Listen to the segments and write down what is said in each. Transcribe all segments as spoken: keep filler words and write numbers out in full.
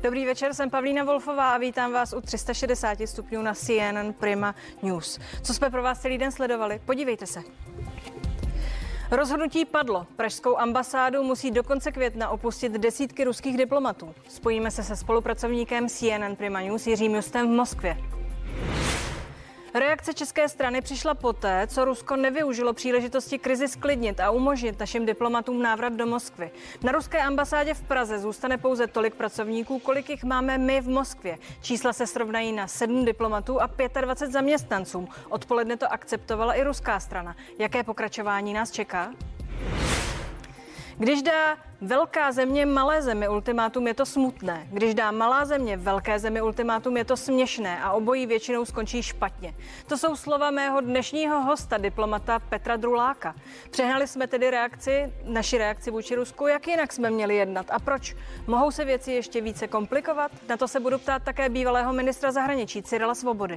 Dobrý večer, jsem Pavlína Wolfová a vítám vás u tři sta šedesát stupňů na C N N Prima News. Co jsme pro vás celý den sledovali? Podívejte se. Rozhodnutí padlo. Pražskou ambasádu musí do konce května opustit desítky ruských diplomatů. Spojíme se se spolupracovníkem C N N Prima News Jiřím Justem v Moskvě. Reakce české strany přišla poté, co Rusko nevyužilo příležitosti krizi sklidnit a umožnit našim diplomatům návrat do Moskvy. Na ruské ambasádě v Praze zůstane pouze tolik pracovníků, kolik jich máme my v Moskvě. Čísla se srovnají na sedm diplomatů a dvacet pět zaměstnanců. Odpoledne to akceptovala i ruská strana. Jaké pokračování nás čeká? Když dá velká země malé zemi ultimátum, je to smutné. Když dá malá země velké zemi ultimátum, je to směšné a obojí většinou skončí špatně. To jsou slova mého dnešního hosta, diplomata Petra Druláka. Přehnali jsme tedy reakci, naši reakci vůči Rusku, jak jinak jsme měli jednat a proč? Mohou se věci ještě více komplikovat? Na to se budu ptát také bývalého ministra zahraničí Cyrila Svobody.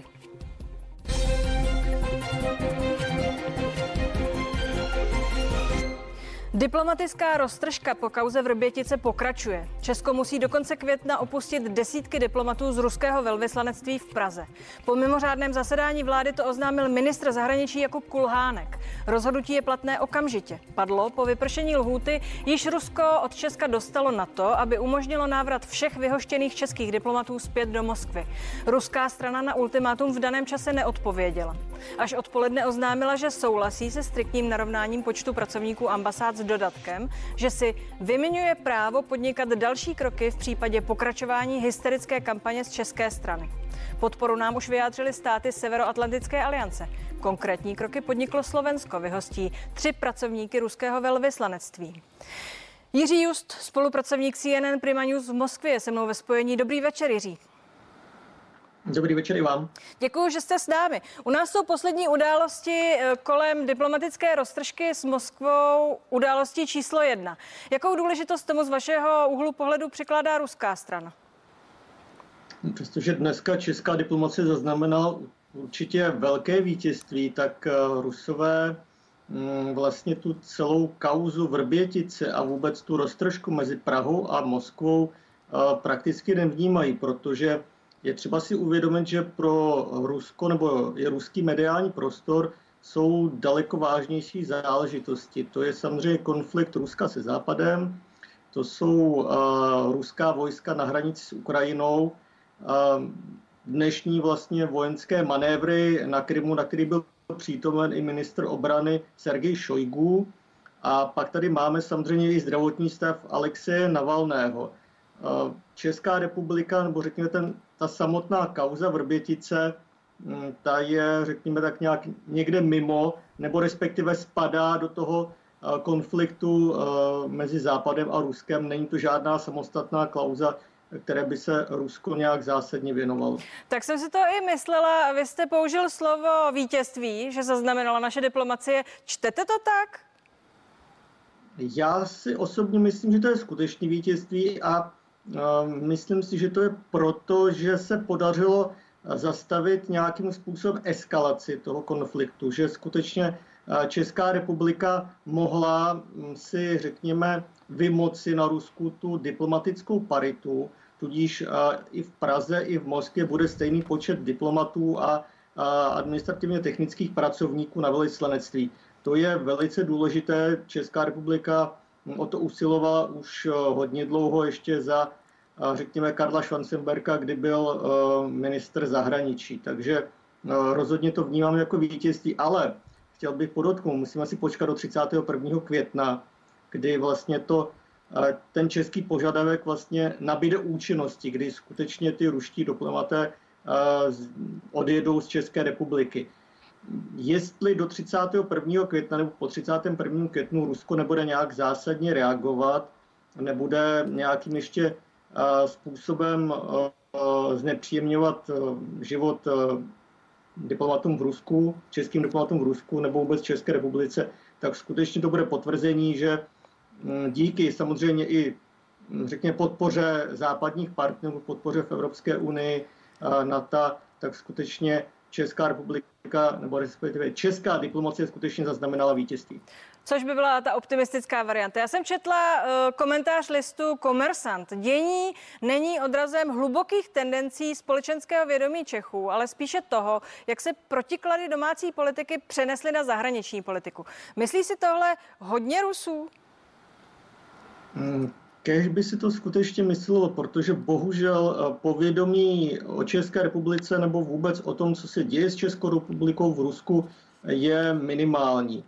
Diplomatická roztržka po kauze Vrbětice pokračuje. Česko musí do konce května opustit desítky diplomatů z ruského velvyslanectví v Praze. Po mimořádném zasedání vlády to oznámil ministr zahraničí Jakub Kulhánek. Rozhodnutí je platné okamžitě. Padlo po vypršení lhůty, již Rusko od Česka dostalo na to, aby umožnilo návrat všech vyhoštěných českých diplomatů zpět do Moskvy. Ruská strana na ultimátum v daném čase neodpověděla. Až odpoledne oznámila, že souhlasí se striktním narovnáním počtu pracovníků ambasád s dodatkem, že si vyměňuje právo podnikat další kroky v případě pokračování hysterické kampaně z české strany. Podporu nám už vyjádřily státy Severoatlantické aliance. Konkrétní kroky podniklo Slovensko, vyhostí tři pracovníky ruského velvyslanectví. Jiří Just, spolupracovník C N N Prima News v Moskvě, je se mnou ve spojení. Dobrý večer, Jiří. Dobrý večer i vám. Děkuji, že jste s námi. U nás jsou poslední události kolem diplomatické roztržky s Moskvou událostí číslo jedna. Jakou důležitost tomu z vašeho úhlu pohledu přikládá ruská strana? Přestože dneska česká diplomacie zaznamenala určitě velké vítězství, tak Rusové vlastně tu celou kauzu Vrbětice a vůbec tu roztržku mezi Prahou a Moskvou prakticky nevnímají, protože je třeba si uvědomit, že pro Rusko nebo je ruský mediální prostor jsou daleko vážnější záležitosti. To je samozřejmě konflikt Ruska se Západem, to jsou uh, ruská vojska na hranici s Ukrajinou, uh, dnešní vlastně vojenské manévry na Krymu, na který byl přítomen i ministr obrany Sergej Šojgu, a pak tady máme samozřejmě i zdravotní stav Alexeje Navalného. Česká republika, nebo řekněme ten, ta samotná kauza Vrbětice, ta je, řekněme tak nějak někde mimo, nebo respektive spadá do toho konfliktu mezi Západem a Ruskem. Není to žádná samostatná kauza, které by se Rusko nějak zásadně věnovalo. Tak jsem si to i myslela. Vy jste použil slovo vítězství, že zaznamenala naše diplomacie. Čtete to tak? Já si osobně myslím, že to je skutečné vítězství a myslím si, že to je proto, že se podařilo zastavit nějakým způsobem eskalaci toho konfliktu, že skutečně Česká republika mohla si, řekněme, vymoci na Rusku tu diplomatickou paritu, tudíž i v Praze, i v Moskvě bude stejný počet diplomatů a administrativně technických pracovníků na velvyslanectví. To je velice důležité. Česká republika o to usilovala už hodně dlouho, ještě za, řekněme, Karla Schwarzenberga, kdy byl ministr zahraničí. Takže rozhodně to vnímám jako vítězství, ale chtěl bych podotknout, musíme si počkat do třicátého prvního května, kdy vlastně to, ten český požadavek vlastně nabíde účinnosti, kdy skutečně ty ruští diplomaté odjedou z České republiky. Jestli do třicátého prvního května nebo po třicátém prvním květnu Rusko nebude nějak zásadně reagovat, nebude nějakým ještě způsobem znepříjemňovat život diplomatům v Rusku, českým diplomatům v Rusku nebo vůbec České republice, tak skutečně to bude potvrzení, že díky samozřejmě i, řekněme, podpoře západních partnerů, podpoře v Evropské unii, NATO, tak skutečně Česká republika, nebo respektive česká diplomacie skutečně zaznamenala vítězství. Což by byla ta optimistická varianta. Já jsem četla uh, komentář listu Komersant. Dění není odrazem hlubokých tendencí společenského vědomí Čechů, ale spíše toho, jak se protiklady domácí politiky přenesly na zahraniční politiku. Myslí si tohle hodně Rusů? Hmm. Kéž by si to skutečně myslelo, protože bohužel povědomí o České republice nebo vůbec o tom, co se děje s Českou republikou v Rusku, je minimální.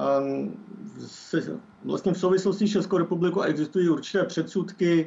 Vlastně v souvislosti s Českou republikou existují určité předsudky,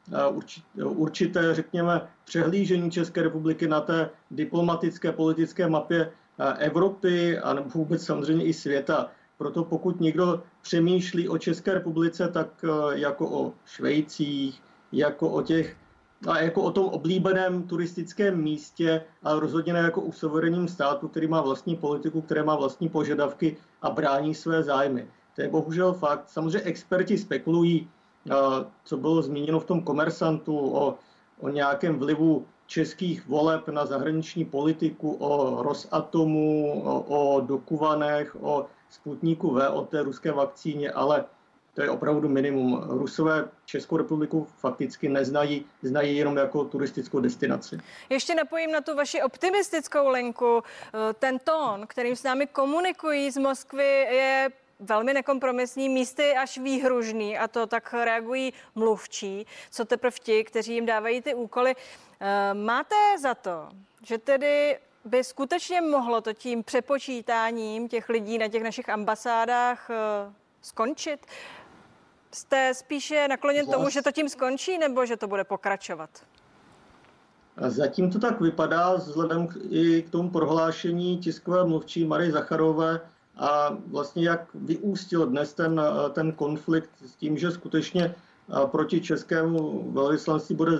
určité, řekněme, přehlížení České republiky na té diplomatické politické mapě Evropy a nebo vůbec samozřejmě i světa. Proto pokud někdo přemýšlí o České republice, tak jako o Švejcích, jako o těch, a jako o tom oblíbeném turistickém místě, ale rozhodně ne jako o suverénním státu, který má vlastní politiku, které má vlastní požadavky a brání své zájmy. To je bohužel fakt. Samozřejmě experti spekulují, co bylo zmíněno v tom Komersantu, o, o nějakém vlivu českých voleb na zahraniční politiku, o Rosatomu, o, o Dukovanech, o Sputniku V, o té ruské vakcíně, ale to je opravdu minimum. Rusové Českou republiku fakticky neznají, znají jenom jako turistickou destinaci. Ještě napojím na tu vaši optimistickou linku. Ten tón, kterým s námi komunikují z Moskvy, je velmi nekompromisní, místy až výhružný, a to tak reagují mluvčí, co teprve ti, kteří jim dávají ty úkoly. Máte za to, že tedy by skutečně mohlo to tím přepočítáním těch lidí na těch našich ambasádách skončit? Jste spíše nakloněn tomu, že to tím skončí, nebo že to bude pokračovat? Zatím to tak vypadá, vzhledem i k tomu prohlášení tiskové mluvčí Marie Zacharové a vlastně jak vyústil dnes ten, ten konflikt s tím, že skutečně proti českému velvyslanství bude,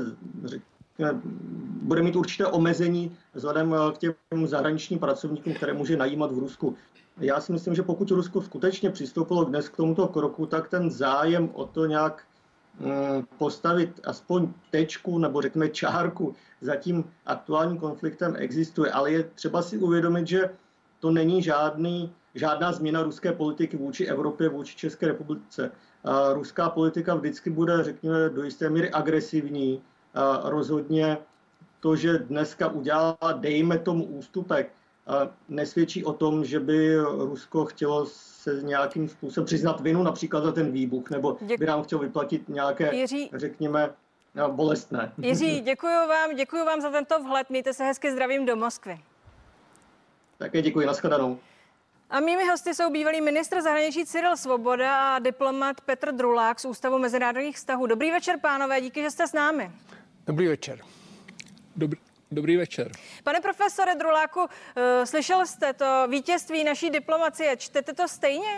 bude mít určité omezení vzhledem k těm zahraničním pracovníkům, které může najímat v Rusku. Já si myslím, že pokud Rusko skutečně přistoupilo dnes k tomuto kroku, tak ten zájem o to nějak postavit aspoň tečku nebo řekněme čárku za tím aktuálním konfliktem existuje. Ale je třeba si uvědomit, že to není žádný, žádná změna ruské politiky vůči Evropě, vůči České republice. Ruská politika vždycky bude, řekněme, do jisté míry agresivní. Rozhodně to, že dneska udělala, dejme tomu, ústupek, nesvědčí o tom, že by Rusko chtělo se nějakým způsobem přiznat vinu například za ten výbuch, nebo by nám chtělo vyplatit nějaké, Jiří, řekněme, bolestné. Jiří, děkuji vám, děkuji vám za tento vhled. Mějte se hezky, zdravím do Moskvy. Také děkuji, nashledanou. A mými hosty jsou bývalý ministr zahraničí Cyril Svoboda a diplomat Petr Drulák z Ústavu mezinárodních vztahů. Dobrý večer, pánové, díky, že jste s námi. Dobrý večer. Dobrý. Dobrý večer. Pane profesore Druláku, uh, slyšel jste to vítězství naší diplomacie, čtete to stejně?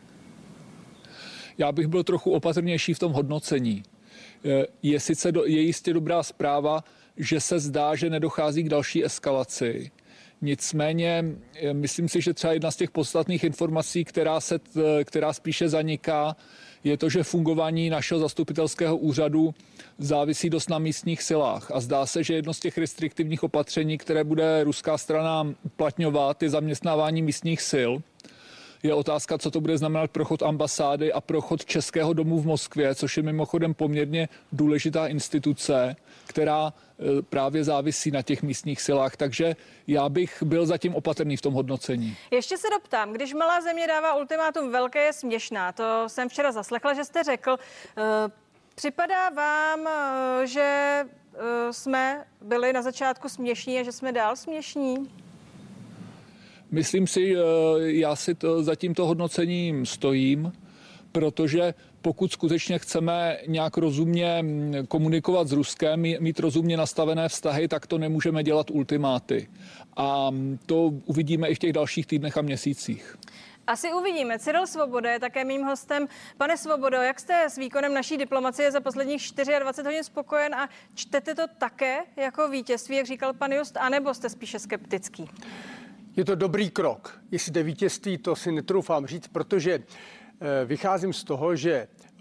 Já bych byl trochu opatrnější v tom hodnocení. Je sice do, je jistě dobrá zpráva, že se zdá, že nedochází k další eskalaci. Nicméně myslím si, že třeba jedna z těch podstatných informací, která, se, která spíše zaniká, je to, že fungování našeho zastupitelského úřadu závisí dost na místních silách. A zdá se, že jedno z těch restriktivních opatření, které bude ruská strana uplatňovat, je zaměstnávání místních sil. Je otázka, co to bude znamenat pro chod ambasády a pro chod Českého domu v Moskvě, což je mimochodem poměrně důležitá instituce, která právě závisí na těch místních silách. Takže já bych byl zatím opatrný v tom hodnocení. Ještě se doptám, když malá země dává ultimátum, velké je směšná. To jsem včera zaslechla, že jste řekl. Připadá vám, že jsme byli na začátku směšní a že jsme dál směšní? Myslím si, já si to, za tímto hodnocením stojím, protože pokud skutečně chceme nějak rozumně komunikovat s Ruskem, mít rozumně nastavené vztahy, tak to nemůžeme dělat ultimáty. A to uvidíme i v těch dalších týdnech a měsících. Asi uvidíme. Cyril Svoboda je také mým hostem. Pane Svobodo, jak jste s výkonem naší diplomacie za posledních dvacet čtyři hodin spokojen a čtete to také jako vítězství, jak říkal pan Just, anebo jste spíše skeptický? Je to dobrý krok. Jestli jde vítězství, to si netroufám říct, protože vycházím z toho, že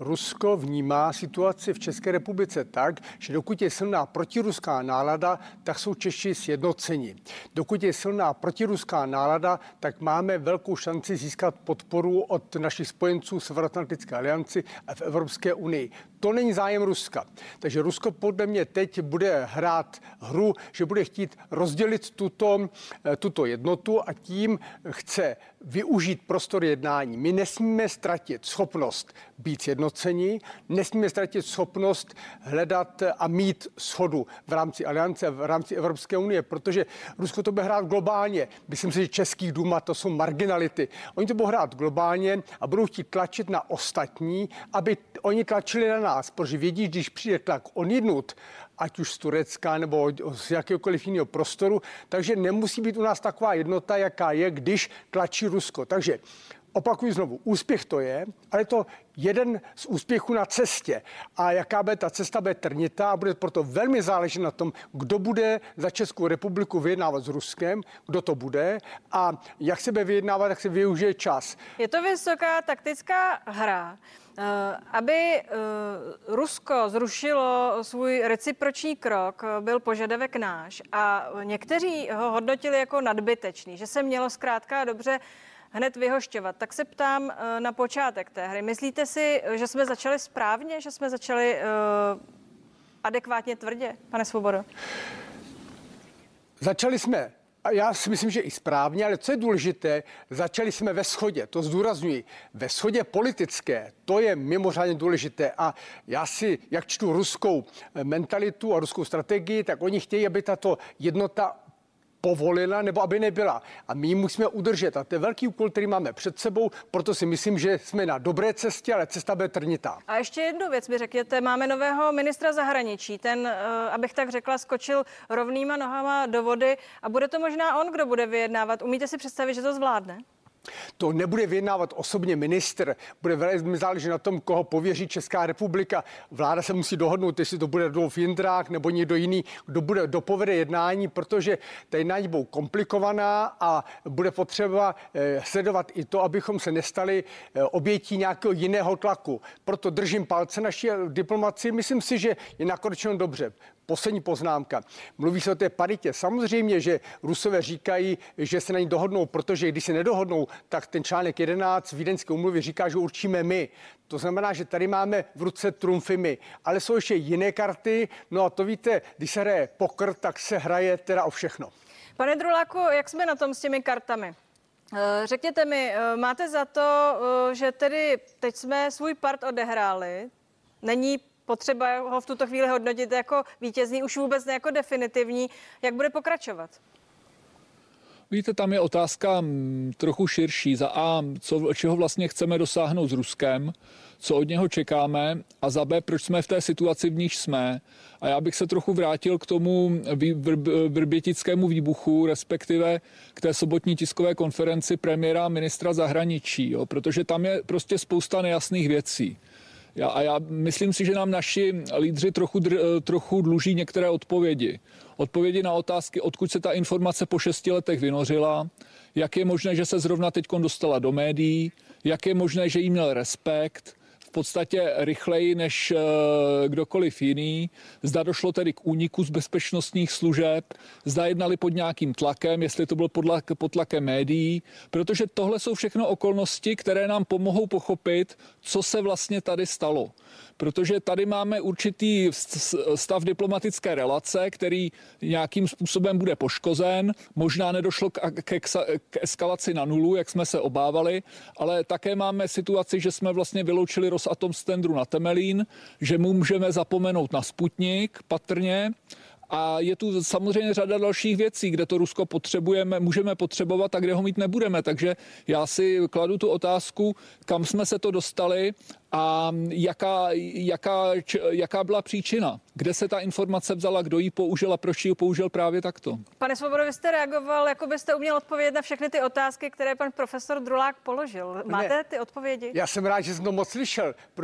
Rusko vnímá situaci v České republice tak, že dokud je silná protiruská nálada, tak jsou Češi sjednoceni. Dokud je silná protiruská nálada, tak máme velkou šanci získat podporu od našich spojenců v Severoatlantické alianci a v Evropské unii. To není zájem Ruska. Takže Rusko podle mě teď bude hrát hru, že bude chtít rozdělit tuto, tuto jednotu a tím chce využít prostor jednání. My nesmíme ztratit schopnost být sjednocení, nesmíme ztratit schopnost hledat a mít shodu v rámci aliance, v rámci Evropské unie, protože Rusko to bude hrát globálně. Myslím si, že Český Duma to jsou marginality. Oni to budou hrát globálně a budou chtít tlačit na ostatní, aby oni tlačili na nás, protože vědí, když přijde tlak odjinud, ať už z Turecka nebo z jakéhokoliv jiného prostoru, takže nemusí být u nás taková jednota, jaká je, když tlačí Rusko. Takže opakuju znovu, úspěch to je, ale je to jeden z úspěchů na cestě. A jaká bude ta cesta, bude trnitá a bude proto velmi záležet na tom, kdo bude za Českou republiku vyjednávat s Ruskem, kdo to bude a jak se bude vyjednávat, jak se využije čas. Je to vysoká taktická hra. Aby Rusko zrušilo svůj reciproční krok, byl požadavek náš a někteří ho hodnotili jako nadbytečný, že se mělo zkrátka dobře hned vyhošťovat. Tak se ptám na počátek té hry. Myslíte si, že jsme začali správně, že jsme začali adekvátně tvrdě, pane Svobodo? Začali jsme. A já si myslím, že i správně, ale co je důležité, začali jsme ve shodě, to zdůrazňuji, ve shodě politické, to je mimořádně důležité a já si, jak čtu ruskou mentalitu a ruskou strategii, tak oni chtějí, aby tato jednota povolila nebo aby nebyla. A my ji musíme udržet. A to je velký úkol, který máme před sebou, proto si myslím, že jsme na dobré cestě, ale cesta bude trnitá. A ještě jednu věc mi řekněte. Máme nového ministra zahraničí. Ten, abych tak řekla, skočil rovnýma nohama do vody a bude to možná on, kdo bude vyjednávat. Umíte si představit, že to zvládne? To nebude vyjednávat osobně ministr, bude velmi záležet na tom, koho pověří Česká republika. Vláda se musí dohodnout, jestli to bude Rudolf Jindrák nebo někdo jiný, kdo bude dopovede jednání, protože ta jednání budou komplikovaná a bude potřeba eh, sledovat i to, abychom se nestali eh, obětí nějakého jiného tlaku. Proto držím palce naší diplomaci. Myslím si, že je nakročeno dobře. Poslední poznámka. Mluví se o té paritě. Samozřejmě, že Rusové říkají, že se na ní dohodnou, protože když se nedohodnou, tak ten článek jedenáct Vídeňské úmluvy říká, že určíme my. To znamená, že tady máme v ruce trumfy my. Ale jsou ještě jiné karty. No a to víte, když se hraje poker, tak se hraje teda o všechno. Pane Druláku, jak jsme na tom s těmi kartami? Řekněte mi, máte za to, že tedy teď jsme svůj part odehráli? Není potřeba ho v tuto chvíli hodnotit jako vítězný, už vůbec ne jako definitivní. Jak bude pokračovat? Víte, tam je otázka trochu širší. Za A, co, čeho vlastně chceme dosáhnout s Ruskem, co od něho čekáme a za B, proč jsme v té situaci, v níž jsme. A já bych se trochu vrátil k tomu vrbětickému výbuchu, respektive k té sobotní tiskové konferenci premiéra a ministra zahraničí, jo, protože tam je prostě spousta nejasných věcí. Já, a já myslím si, že nám naši lídři trochu, trochu dluží některé odpovědi. Odpovědi na otázky, odkud se ta informace po šesti letech vynořila, jak je možné, že se zrovna teď dostala do médií, jak je možné, že jí měl respekt, v podstatě rychleji než kdokoliv jiný. Zda došlo tedy k úniku z bezpečnostních služeb, zda jednali pod nějakým tlakem, jestli to bylo pod tlakem médií, protože tohle jsou všechno okolnosti, které nám pomohou pochopit, co se vlastně tady stalo. Protože tady máme určitý stav diplomatické relace, který nějakým způsobem bude poškozen. Možná nedošlo k, k, k eskalaci na nulu, jak jsme se obávali, ale také máme situaci, že jsme vlastně vyloučili Rosatom z tendru na Temelín, že mu můžeme zapomenout na Sputnik patrně. A je tu samozřejmě řada dalších věcí, kde to Rusko potřebujeme, můžeme potřebovat a kde ho mít nebudeme. Takže já si kladu tu otázku, kam jsme se to dostali a jaká, jaká, jaká byla příčina. Kde se ta informace vzala, kdo ji použil a proč ji použil právě takto. Pane Svobodo, vy jste reagoval, jako byste uměl odpovědět na všechny ty otázky, které pan profesor Drulák položil. Máte ne, ty odpovědi? Já jsem rád, že jsem to moc slyšel.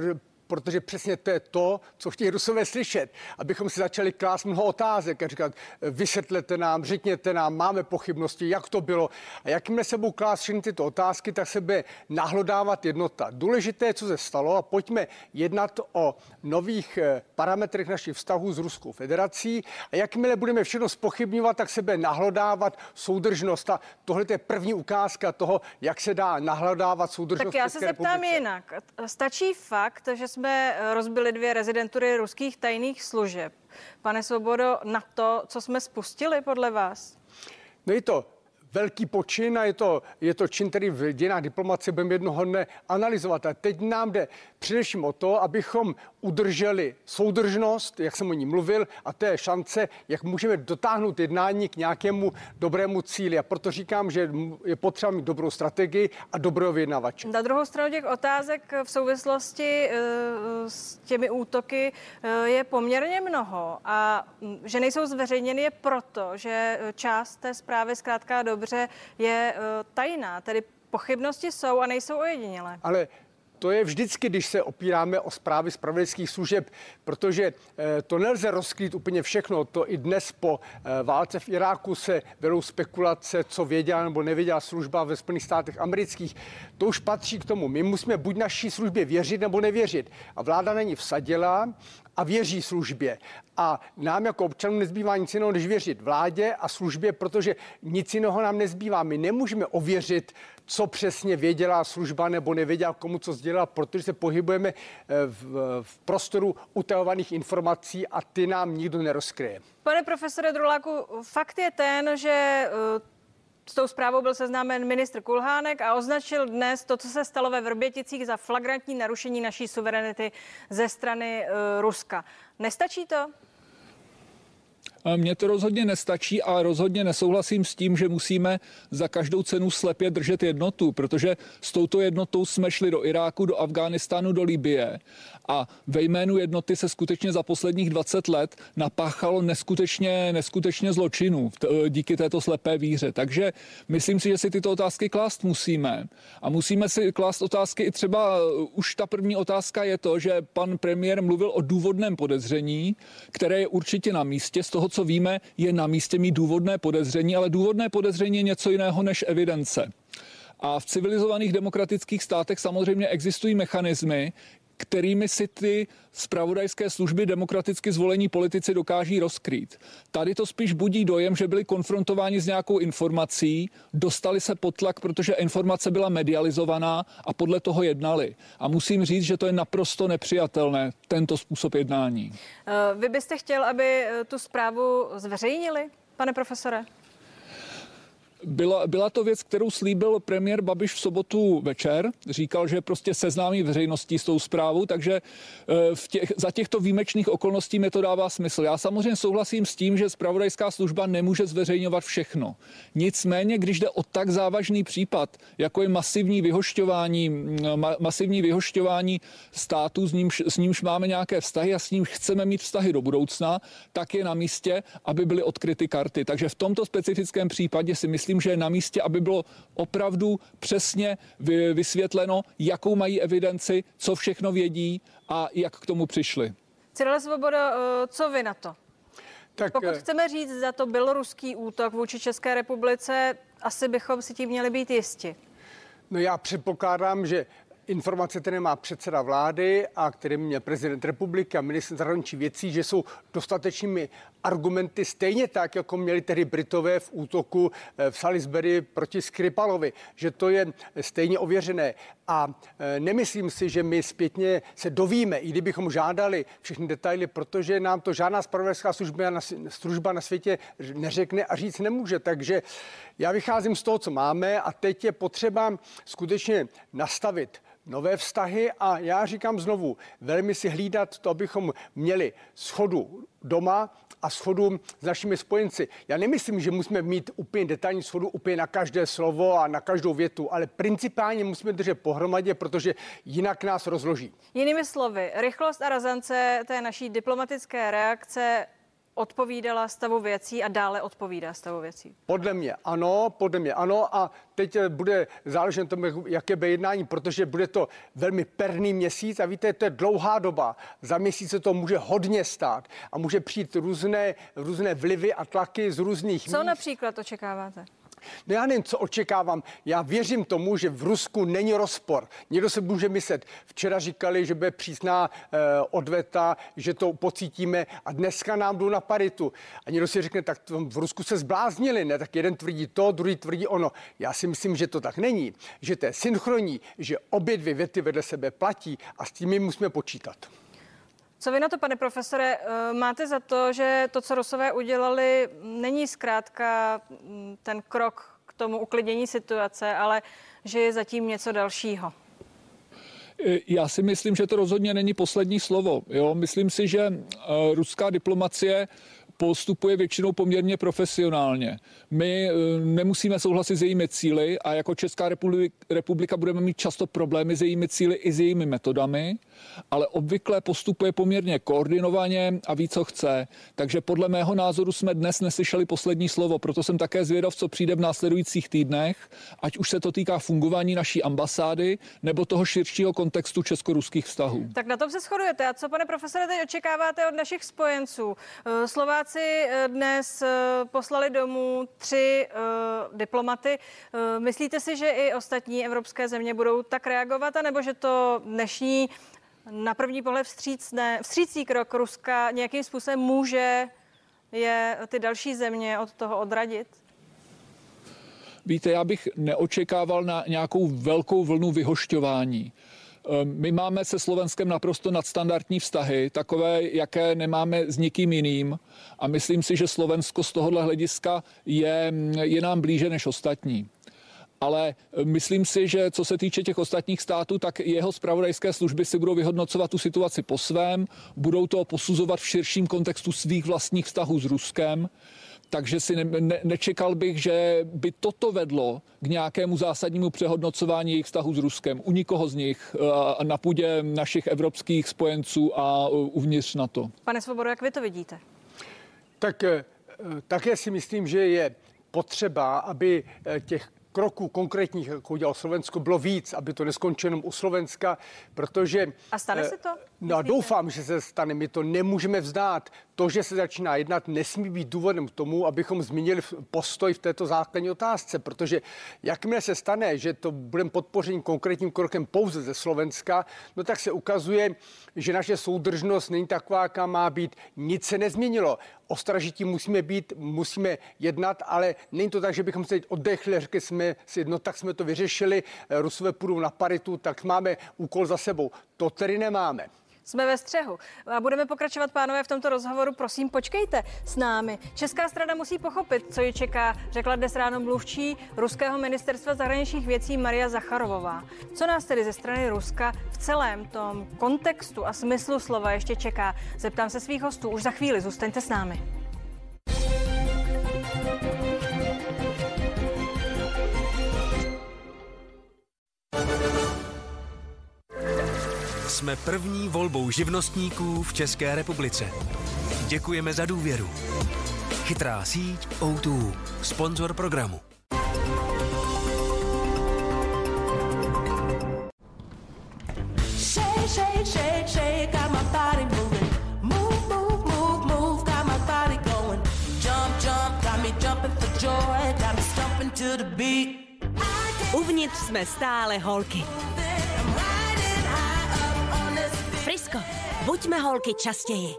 protože přesně to je to, co chtějí Rusové slyšet, abychom si začali klást mnoho otázek a říkat, vysvětlete nám, řekněte nám, máme pochybnosti, jak to bylo. A jakmile se budou klást všechny tyto otázky, tak se bude nahlodávat jednota. Důležité je, co se stalo, a pojďme jednat o nových parametrech našich vztahů s Ruskou federací. A jakmile budeme všechno zpochybňovat, tak se bude nahlodávat soudržnost. A tohle je první ukázka toho, jak se dá nahlodávat soudržnost. Tak já se zeptám jinak. Stačí fakt, že jsme rozbili dvě rezidentury ruských tajných služeb, pane Svobodo, na to, co jsme spustili podle vás? No je to velký počin a je to, je to čin, který v dějinách diplomacie budeme jednoho dne analyzovat. A teď nám jde především o to, abychom udrželi soudržnost, jak jsem o ní mluvil, a to je šance, jak můžeme dotáhnout jednání k nějakému dobrému cíli. A proto říkám, že je potřeba mít dobrou strategii a dobrého vyjednavače. Na druhou stranu těch otázek v souvislosti s těmi útoky je poměrně mnoho a že nejsou zveřejněny je proto, že část té zprávy zkrátka dobře je tajná, tedy pochybnosti jsou a nejsou ojedinělé. Ale to je vždycky, když se opíráme o zprávy zpravodajských služeb, protože to nelze rozkrýt úplně všechno. To i dnes po válce v Iráku se vedou spekulace, co věděla nebo nevěděla služba ve Spojených státech amerických. To už patří k tomu. My musíme buď naší službě věřit nebo nevěřit. A vláda na ní vsadila a věří službě. A nám jako občanům nezbývá nic jiného, než věřit vládě a službě, protože nic jiného nám nezbývá. My nemůžeme ověřit, co přesně věděla služba nebo nevěděla, komu co sdělila, protože se pohybujeme v, v prostoru utajovaných informací a ty nám nikdo nerozkryje. Pane profesore Druláku, fakt je ten, že s tou zprávou byl seznámen ministr Kulhánek a označil dnes to, co se stalo ve Vrběticích, za flagrantní narušení naší suverenity ze strany uh, Ruska. Nestačí to? Mně to rozhodně nestačí a rozhodně nesouhlasím s tím, že musíme za každou cenu slepě držet jednotu, protože s touto jednotou jsme šli do Iráku, do Afghánistánu, do Libye a ve jménu jednoty se skutečně za posledních dvacet let napáchalo neskutečně, neskutečně zločinů díky této slepé víře. Takže myslím si, že si tyto otázky klást musíme. A musíme si klást otázky i třeba, už ta první otázka je to, že pan premiér mluvil o důvodném podezření, které je určitě na místě. Z toho, co víme, je na místě mít důvodné podezření, ale důvodné podezření je něco jiného než evidence. A v civilizovaných demokratických státech samozřejmě existují mechanismy, kterými si ty zpravodajské služby demokraticky zvolení politici dokáží rozkrýt. Tady to spíš budí dojem, že byli konfrontováni s nějakou informací, dostali se pod tlak, protože informace byla medializovaná a podle toho jednali. A musím říct, že to je naprosto nepřijatelné, tento způsob jednání. Vy byste chtěl, aby tu zprávu zveřejnili, pane profesore? Byla, byla to věc, kterou slíbil premiér Babiš v sobotu večer. Říkal, že prostě seznámí veřejností s tou zprávou, takže v těch, za těchto výjimečných okolností mi to dává smysl. Já samozřejmě souhlasím s tím, že zpravodajská služba nemůže zveřejňovat všechno. Nicméně, když jde o tak závažný případ, jako je masivní vyhošťování, ma, masivní vyhošťování států, s nímž, s nímž máme nějaké vztahy a s nímž chceme mít vztahy do budoucna, tak je na místě, aby byly odkryty karty. Takže v tomto specifickém případě si myslím, Myslím, že je na místě, aby bylo opravdu přesně vysvětleno, jakou mají evidenci, co všechno vědí a jak k tomu přišli. Cyril Svobodo, co vy na to? Tak, Pokud chceme říct, zda to byl ruský útok vůči České republice, asi bychom si tím měli být jisti. No já předpokládám, že informace, které má předseda vlády a které měl prezident republiky a ministr zahraničních věcí, že jsou dostatečnými argumenty stejně tak, jako měli tehdy Britové v útoku v Salisbury proti Skripalovi, že to je stejně ověřené. A nemyslím si, že my zpětně se dovíme, i kdybychom žádali všechny detaily, protože nám to žádná zpravodajská služba na, služba na světě neřekne a říct nemůže. Takže já vycházím z toho, co máme a teď je potřeba skutečně nastavit nové vztahy a já říkám znovu, velmi si hlídat to, abychom měli shodu doma a shodu s našimi spojenci. Já nemyslím, že musíme mít úplně detailní shodu úplně na každé slovo a na každou větu, ale principálně musíme držet pohromadě, protože jinak nás rozloží. Jinými slovy, rychlost a razance té naší diplomatické reakce odpovídala stavu věcí a dále odpovídá stavu věcí? Podle mě ano, podle mě ano a teď bude záležet na tom, jaké bude jednání, protože bude to velmi perný měsíc a víte, to je dlouhá doba. Za měsíc se to může hodně stát a může přijít různé, různé vlivy a tlaky z různých míst. Co například očekáváte? No já nevím, co očekávám. Já věřím tomu, že v Rusku není rozpor. Někdo se může myslet, včera říkali, že bude přísná eh, odveta, že to pocítíme a dneska nám jdou na paritu. A někdo si řekne, tak v Rusku se zbláznili, ne? Tak jeden tvrdí to, druhý tvrdí ono. Já si myslím, že to tak není, že to je synchronní, že obě dvě věty vedle sebe platí a s tím my musíme počítat. Co vy na to, pane profesore, máte za to, že to, co Rusové udělali, není zkrátka ten krok k tomu uklidnění situace, ale že je zatím něco dalšího? Já si myslím, že to rozhodně není poslední slovo. Jo? Myslím si, že ruská diplomacie postupuje většinou poměrně profesionálně. My nemusíme souhlasit s jejími cíli a jako Česká republika budeme mít často problémy s jejími cíli i s jejími metodami, ale obvykle postupuje poměrně koordinovaně a ví, co chce. Takže podle mého názoru jsme dnes neslyšeli poslední slovo, proto jsem také zvědav, co přijde v následujících týdnech, ať už se to týká fungování naší ambasády nebo toho širšího kontextu česko-ruských vztahů. Tak na tom se shodujete. A co, pane profesore, teď očekáváte od našich spojenců? Slováci dnes poslali domů tři uh, diplomaty. Uh, myslíte si, že i ostatní evropské země budou tak reagovat, anebo že to dnešní na první pohled vstřícné, vstřící krok Ruska nějakým způsobem může je ty další země od toho odradit? Víte, já bych neočekával na nějakou velkou vlnu vyhošťování. My máme se Slovenskem naprosto nadstandardní vztahy, takové, jaké nemáme s nikým jiným. A myslím si, že Slovensko z tohohle hlediska je, je nám blíže než ostatní. Ale myslím si, že co se týče těch ostatních států, tak jeho zpravodajské služby si budou vyhodnocovat tu situaci po svém, budou to posuzovat v širším kontextu svých vlastních vztahů s Ruskem. Takže si ne, ne, nečekal bych, že by toto vedlo k nějakému zásadnímu přehodnocování jejich vztahu s Ruskem. U nikoho z nich na půdě našich evropských spojenců a uvnitř NATO. Pane Svobodo, jak vy to vidíte? Tak také si myslím, že je potřeba, aby těch kroků konkrétních, jako udělal Slovensko, bylo víc, aby to neskončilo jenom u Slovenska, protože... A stane se to? No a doufám, že se stane. My to nemůžeme vzdát. To, že se začíná jednat, nesmí být důvodem k tomu, abychom změnili postoj v této základní otázce, protože jakmile se stane, že to budeme podpoření konkrétním krokem pouze ze Slovenska, no tak se ukazuje, že naše soudržnost není taková, jaká má být. Nic se nezměnilo. Ostražití musíme být, musíme jednat, ale není to tak, že bychom se teď oddechli a řekli jsme si, no tak jsme to vyřešili, Rusové půjdou na paritu, tak máme úkol za sebou. To tedy nemáme. Jsme ve střehu a budeme pokračovat, pánové, v tomto rozhovoru. Prosím, počkejte s námi. Česká strana musí pochopit, co ji čeká, řekla dnes ráno mluvčí ruského ministerstva zahraničních věcí Maria Zacharovová. Co nás tedy ze strany Ruska v celém tom kontextu a smyslu slova ještě čeká? Zeptám se svých hostů už za chvíli. Zůstaňte s námi. Jsme první volbou živnostníků v České republice. Děkujeme za důvěru. Chytrá síť ó dva, sponzor programu. Shake, shake, shake, shake, got my body moving. Move, move, move, move, got my body going. Jump, jump, got me jumping for joy, got me stumping to the beat. Uvnitř jsme stále holky. Frisko, buďme holky častěji.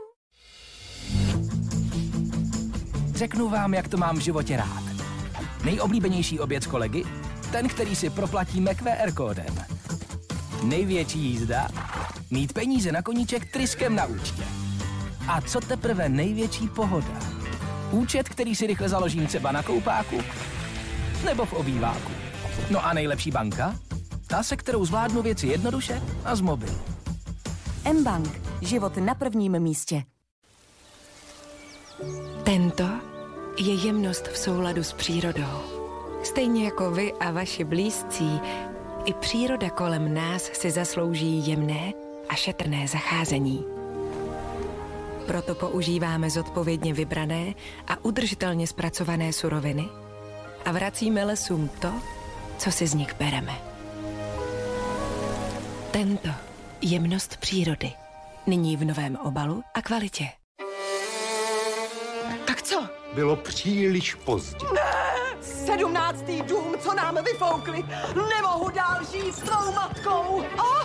Řeknu vám, jak to mám v životě rád. Nejoblíbenější oběd s kolegy? Ten, který si proplatíme Q R kódem. Největší jízda? Mít peníze na koníček tryskem na účtě. A co teprve největší pohoda? Účet, který si rychle založím třeba na koupáku nebo v obýváku. No a nejlepší banka? Ta, se kterou zvládnu věci jednoduše a z mobilu. mBank. Život na prvním místě. Tento je jemnost v souladu s přírodou. Stejně jako vy a vaši blízcí, i příroda kolem nás si zaslouží jemné a šetrné zacházení. proto používáme zodpovědně vybrané a udržitelně zpracované suroviny a vracíme lesům to, co si z nich bereme. Tento jemnost přírody. Nyní v novém obalu a kvalitě. Tak co? Bylo příliš pozdě. Ne! Sedmnáctý dům, co nám vyfoukli. Nemohu dál žít s tvou matkou. Oh!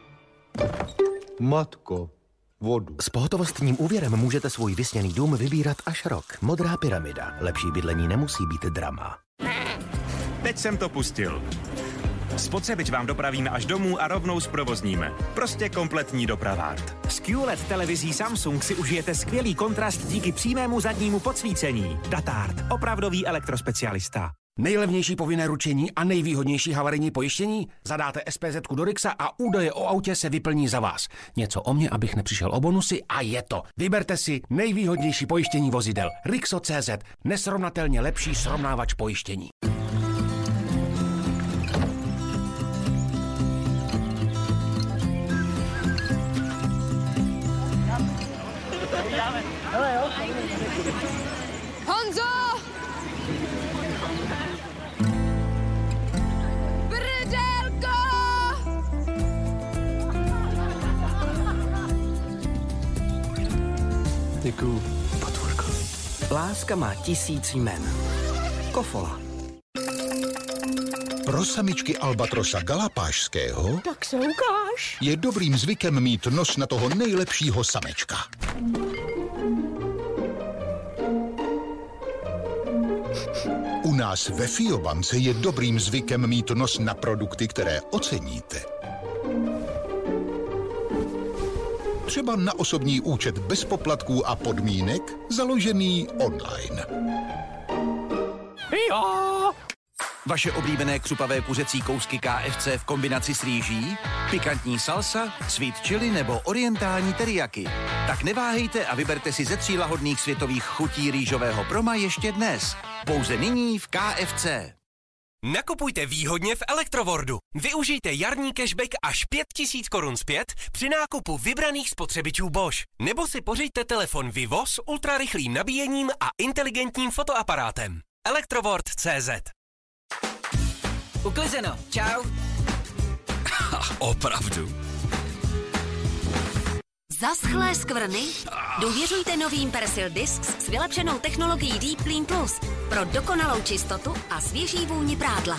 Matko, vodu. S pohotovostním úvěrem můžete svůj vysněný dům vybírat až rok. Modrá pyramida. Lepší bydlení nemusí být drama. Teď jsem to pustil. Spotřebič vám dopravíme až domů a rovnou zprovozníme. Prostě kompletní dopravárt. S Q L E D televizí Samsung si užijete skvělý kontrast díky přímému zadnímu podsvícení. Datard. Opravdový elektrospecialista. Nejlevnější povinné ručení a nejvýhodnější havarijní pojištění? Zadáte S P Z ku do Rixa a údaje o autě se vyplní za vás. Něco o mě, abych nepřišel o bonusy a je to. Vyberte si nejvýhodnější pojištění vozidel. Rixo tečka cé zet. Nesrovnatelně lepší srovnávač pojištění. Honzo! Brdelko! Děkuju, potvorko. Láska má tisíc jmen. Kofola. Pro samičky albatrosa galapášského Tak se ukáž. je dobrým zvykem mít nos na toho nejlepšího samečka. U nás ve Fiobance je dobrým zvykem mít nos na produkty, které oceníte. Třeba na osobní účet bez poplatků a podmínek, založený online. Jo! Vaše oblíbené křupavé kuřecí kousky K F C v kombinaci s rýží, pikantní salsa, sweet chili nebo orientální teriyaki. Tak neváhejte a vyberte si ze tří lahodných světových chutí rýžového proma ještě dnes. Pouze nyní v K F C. Nakupujte výhodně v Elektrowordu. Využijte jarní cashback až pět tisíc korun zpět při nákupu vybraných spotřebičů Bosch. Nebo si pořiďte telefon Vivo s ultrarychlým nabíjením a inteligentním fotoaparátem. Elektroworld tečka cé zet. Uklizeno. Čau. Opravdu? Zaschlé skvrny? Důvěřujte novým Persil Discs s vylepšenou technologií Deep Clean Plus pro dokonalou čistotu a svěží vůni prádla.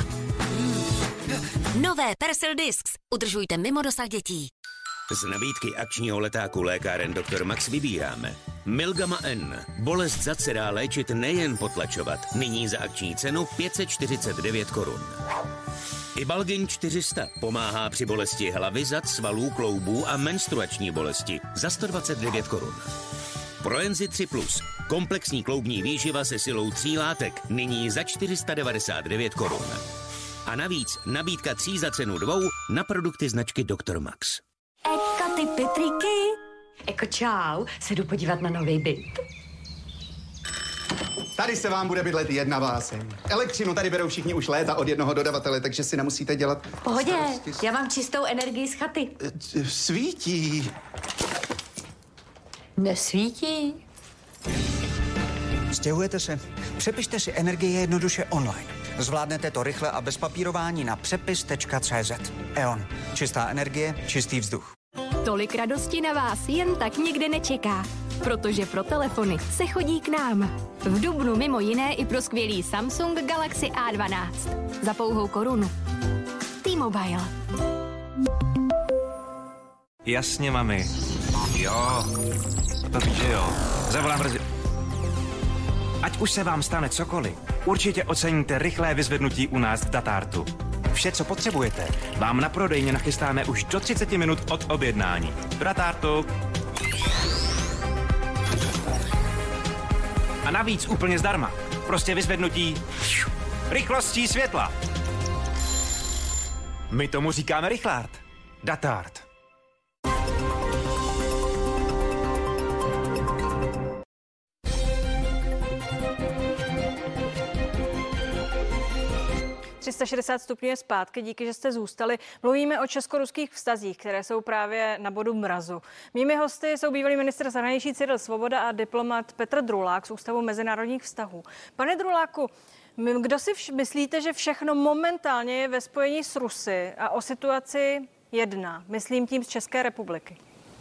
Nové Persil Discs. Udržujte mimo dosah dětí. Z nabídky akčního letáku lékáren doktor Max vybíráme Milgama N. Bolest zad se dá léčit, nejen potlačovat. Nyní za akční cenu pět set čtyřicet devět korun. Ibalgin čtyři sta pomáhá při bolesti hlavy, zad, svalů, kloubů a menstruační bolesti za sto dvacet devět korun. Proenzy tři plus. Komplexní kloubní výživa se silou tří látek. Nyní za čtyři sta devadesát devět korun. A navíc nabídka tří za cenu dvou na produkty značky doktor Max. Eko ty Petriky. Eko čau, se jdu podívat na nový byt. Tady se vám bude bydlet jedna báseň. Elektřinu tady berou všichni už léta od jednoho dodavatele, takže si nemusíte dělat... V pohodě, já mám čistou energii z chaty. Svítí. Nesvítí. Stěhujete se? Přepište si energii jednoduše online. Zvládnete to rychle a bez papírování na přepis tečka cé zet. E O N. Čistá energie, čistý vzduch. Tolik radosti na vás jen tak nikde nečeká, protože pro telefony se chodí k nám. V dubnu mimo jiné i pro skvělý Samsung Galaxy A dvanáct. Za pouhou korunu. T-Mobile. Jasně, mami. Jo. To víš, že jo. Zavolám brzy. Ať už se vám stane cokoliv, určitě oceníte rychlé vyzvednutí u nás v Datartu. Vše, co potřebujete, vám na prodejně nachystáme už do třicet minut od objednání. Do Datartu. A navíc úplně zdarma. Prostě vyzvednutí rychlostí světla. My tomu říkáme rychlát. Datart. tři sta šedesát stupňů je zpátky, díky, že jste zůstali. Mluvíme o česko-ruských vztazích, které jsou právě na bodu mrazu. Mými hosty jsou bývalý ministr zahraničí Cyril Svoboda a diplomat Petr Drulák z Ústavu mezinárodních vztahů. Pane Druláku, kdo si vš- myslíte, že všechno momentálně je ve spojení s Rusy a o situaci jedná? Myslím tím z České republiky.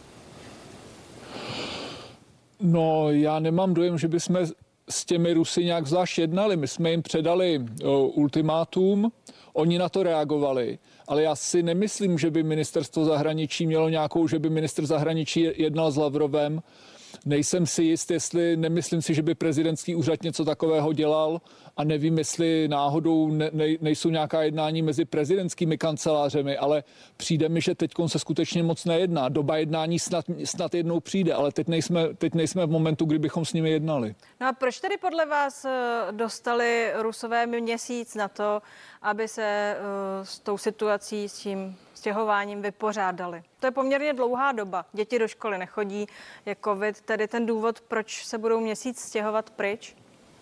No, já nemám dojem, že bychom s těmi Rusy nějak zvlášť jednali. My jsme jim předali o, ultimátum, oni na to reagovali, ale já si nemyslím, že by ministerstvo zahraničí mělo nějakou, že by ministr zahraničí jednal s Lavrovem. Nejsem si jist, jestli, nemyslím si, že by prezidentský úřad něco takového dělal a nevím, jestli náhodou ne, ne, nejsou nějaká jednání mezi prezidentskými kancelářemi, ale přijde mi, že teď se skutečně moc nejedná. Doba jednání snad, snad jednou přijde, ale teď nejsme, teď nejsme v momentu, kdybychom s nimi jednali. No a proč tedy podle vás dostali Rusové měsíc na to, aby se uh, s tou situací, s tím stěhováním vypořádali? To je poměrně dlouhá doba. Děti do školy nechodí, je covid, tedy ten důvod, proč se budou měsíc stěhovat pryč?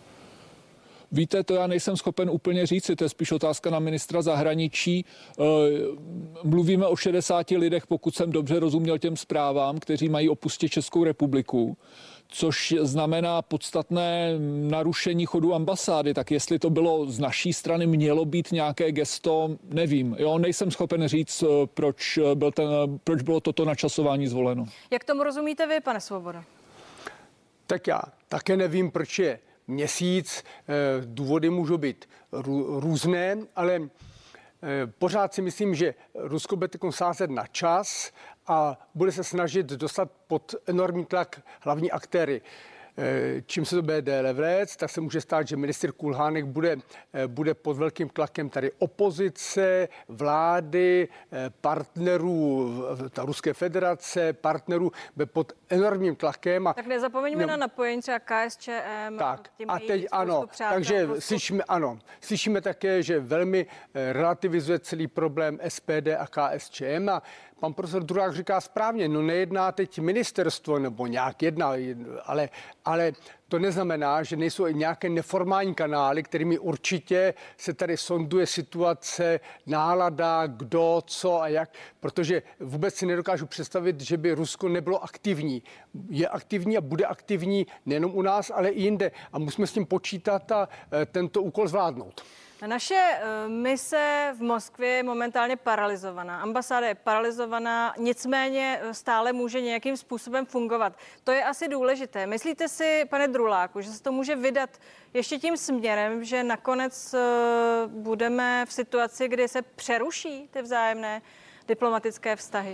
Víte, to já nejsem schopen úplně říct, to je spíš otázka na ministra zahraničí. Mluvíme o šedesáti lidech, pokud jsem dobře rozuměl těm zprávám, kteří mají opustit Českou republiku, což znamená podstatné narušení chodu ambasády. Tak jestli to bylo z naší strany, mělo být nějaké gesto, nevím. Jo, nejsem schopen říct, proč, byl ten, proč bylo toto načasování zvoleno. Jak tomu rozumíte vy, pane Svoboda? Tak já také nevím, proč je měsíc. Důvody můžou být různé, ale pořád si myslím, že Rusko bude teď sázet na čas a bude se snažit dostat pod enormní tlak hlavní aktéry. Čím se to bude déle vléct, tak se může stát, že ministr Kulhánek bude, bude pod velkým tlakem tady opozice, vlády, partnerů, ta Ruské federace, partnerů, bude pod enormním tlakem. A, tak nezapomeňme no, na napojení třeba K S Č M. Tak a teď ano, takže slyšíme, ano, slyšíme také, že velmi relativizuje celý problém S P D a K S Č M a pan profesor Drulák říká správně, no nejedná teď ministerstvo nebo nějak jedná, ale, ale to neznamená, že nejsou i nějaké neformální kanály, kterými určitě se tady sonduje situace, nálada, kdo, co a jak, protože vůbec si nedokážu představit, že by Rusko nebylo aktivní. Je aktivní a bude aktivní nejenom u nás, ale i jinde a musíme s tím počítat a tento úkol zvládnout. Naše mise v Moskvě je momentálně paralizovaná. Ambasáda je paralizovaná, nicméně stále může nějakým způsobem fungovat. To je asi důležité. Myslíte si, pane Druláku, že se to může vydat ještě tím směrem, že nakonec budeme v situaci, kdy se přeruší ty vzájemné diplomatické vztahy?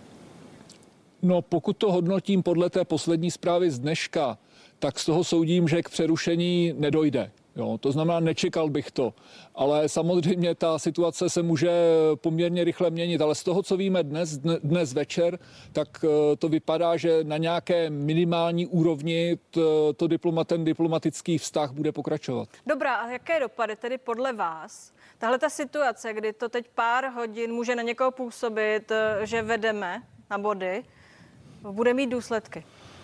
No, pokud to hodnotím podle té poslední zprávy z dneška, tak z toho soudím, že k přerušení nedojde. Jo, to znamená, nečekal bych to, ale samozřejmě ta situace se může poměrně rychle měnit, ale z toho, co víme dnes, dnes večer, tak to vypadá, že na nějaké minimální úrovni to, to diplomat, ten diplomatický vztah bude pokračovat. Dobrá, a jaké dopady tedy podle vás tahle ta situace, kdy to teď pár hodin může na někoho působit, že vedeme na body, bude mít důsledky?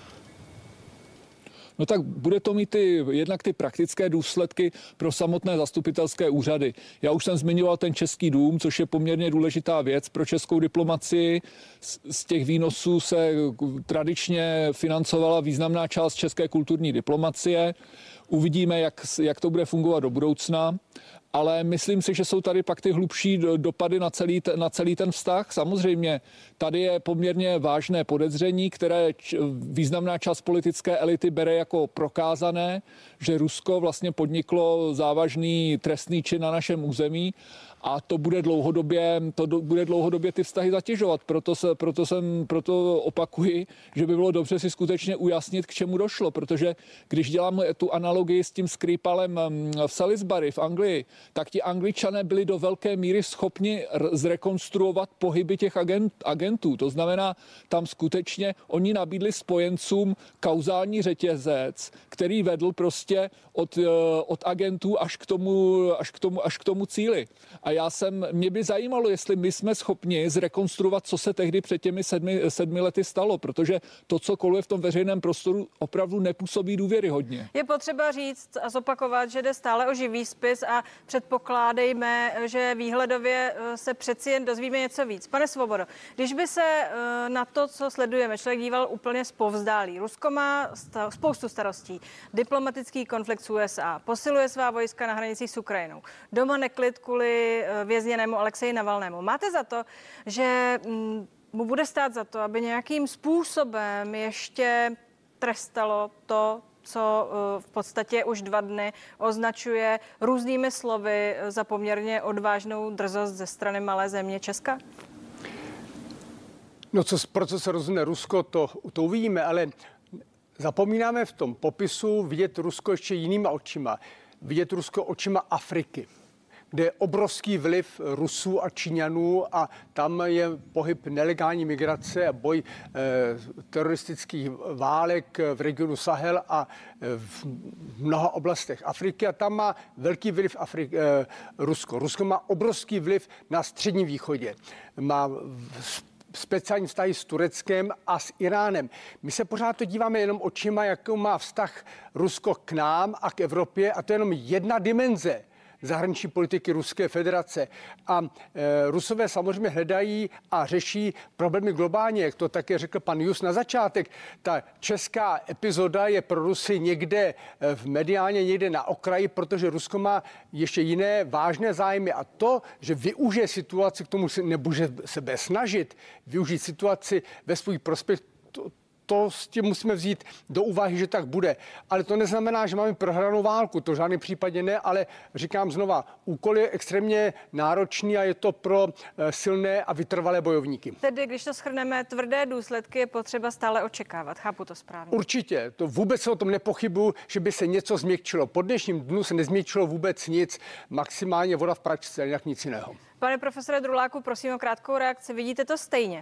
No tak bude to mít ty, jednak ty praktické důsledky pro samotné zastupitelské úřady. Já už jsem zmiňoval ten Český dům, což je poměrně důležitá věc pro českou diplomacii. Z, z těch výnosů se tradičně financovala významná část české kulturní diplomacie. Uvidíme, jak, jak to bude fungovat do budoucna. Ale myslím si, že jsou tady pak ty hlubší dopady na celý, na celý ten vztah. Samozřejmě tady je poměrně vážné podezření, které významná část politické elity bere jako prokázané, že Rusko vlastně podniklo závažný trestný čin na našem území a to bude dlouhodobě, to do, bude dlouhodobě ty vztahy zatěžovat. Proto, se, proto, jsem, proto opakuji, že by bylo dobře si skutečně ujasnit, k čemu došlo, protože když dělám tu analogii s tím Skripalem v Salisbury v Anglii, tak ti Angličané byli do velké míry schopni zrekonstruovat pohyby těch agent, agentů. To znamená, tam skutečně oni nabídli spojencům kauzální řetězec, který vedl prostě od, od agentů až k tomu, až k tomu, až k tomu cíli. A já jsem, mě by zajímalo, jestli my jsme schopni zrekonstruovat, co se tehdy před těmi sedmi, sedmi lety stalo, protože to, co koluje v tom veřejném prostoru, opravdu nepůsobí důvěryhodně. Je potřeba říct a zopakovat, že jde stále o živý spis a předpokládejme, že výhledově se přeci jen dozvíme něco víc. Pane Svobodo, když by se na to, co sledujeme, člověk díval úplně zpovzdálí. Rusko má sta- spoustu starostí. Diplomatický konflikt s U S A, posiluje svá vojska na hranicích s Ukrajinou. Doma neklid kvůli vězněnému Alexeji Navalnému. Máte za to, že mu bude stát za to, aby nějakým způsobem ještě trestalo to, co v podstatě už dva dny označuje různými slovy za poměrně odvážnou drzost ze strany malé země Česka? No, co, pro co se rozhodne Rusko, to, to uvidíme, ale zapomínáme v tom popisu vidět Rusko ještě jinýma očima. Vidět Rusko očima Afriky, kde je obrovský vliv Rusů a Číňanů a tam je pohyb nelegální migrace a boj eh, teroristických válek v regionu Sahel a v mnoha oblastech Afriky a tam má velký vliv Afri- eh, Rusko. Rusko má obrovský vliv na Středním východě. Má v, speciální vztahy s Tureckem a s Iránem. My se pořád to díváme jenom očima, jakou má vztah Rusko k nám a k Evropě a to je jenom jedna dimenze zahraniční politiky Ruské federace. A e, Rusové samozřejmě hledají a řeší problémy globálně, jak to také řekl pan Jus na začátek. Ta česká epizoda je pro Rusy někde v mediálně, někde na okraji, protože Rusko má ještě jiné vážné zájmy a to, že využije situaci, k tomu se nebude sebe snažit, využít situaci ve svůj prospěch, to, To s tím musíme vzít do úvahy, že tak bude. Ale to neznamená, že máme prohranou válku. To v žádném případě ne, ale říkám znova, úkol je extrémně náročný a je to pro silné a vytrvalé bojovníky. Tedy, když to shrneme, tvrdé důsledky je potřeba stále očekávat. Chápu to správně. Určitě. To vůbec se o tom nepochybuju, že by se něco změkčilo. Po dnešním dnu se nezměkčilo vůbec nic. Maximálně voda v pračce, jinak nic jiného. Pane profesore Druláku, prosím o krátkou reakci. Vidíte to stejně?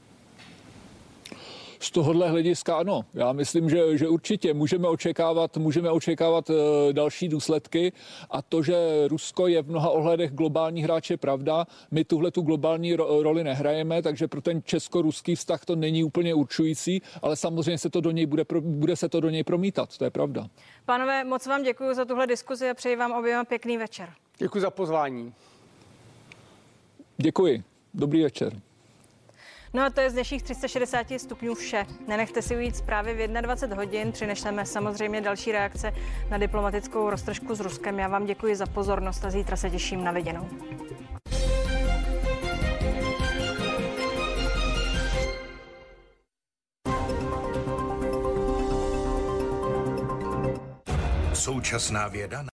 Z tohohle hlediska ano. Já myslím, že, že určitě můžeme očekávat, můžeme očekávat e, další důsledky a to, že Rusko je v mnoha ohledech globální hráč, je pravda. My tuhle tu globální ro, roli nehrajeme, takže pro ten česko-ruský vztah to není úplně určující, ale samozřejmě se to do něj bude, bude se to do něj promítat, to je pravda. Pánové, moc vám děkuji za tuhle diskuzi a přeji vám oběma pěkný večer. Děkuji za pozvání. Děkuji. Dobrý večer. No a to je z dnešních tři sta šedesát stupňů vše. Nenechte si ujít zprávy v dvacet jedna hodin. Přinešleme samozřejmě další reakce na diplomatickou roztržku s Ruskem. Já vám děkuji za pozornost a zítra se těším na viděnou. Současná věda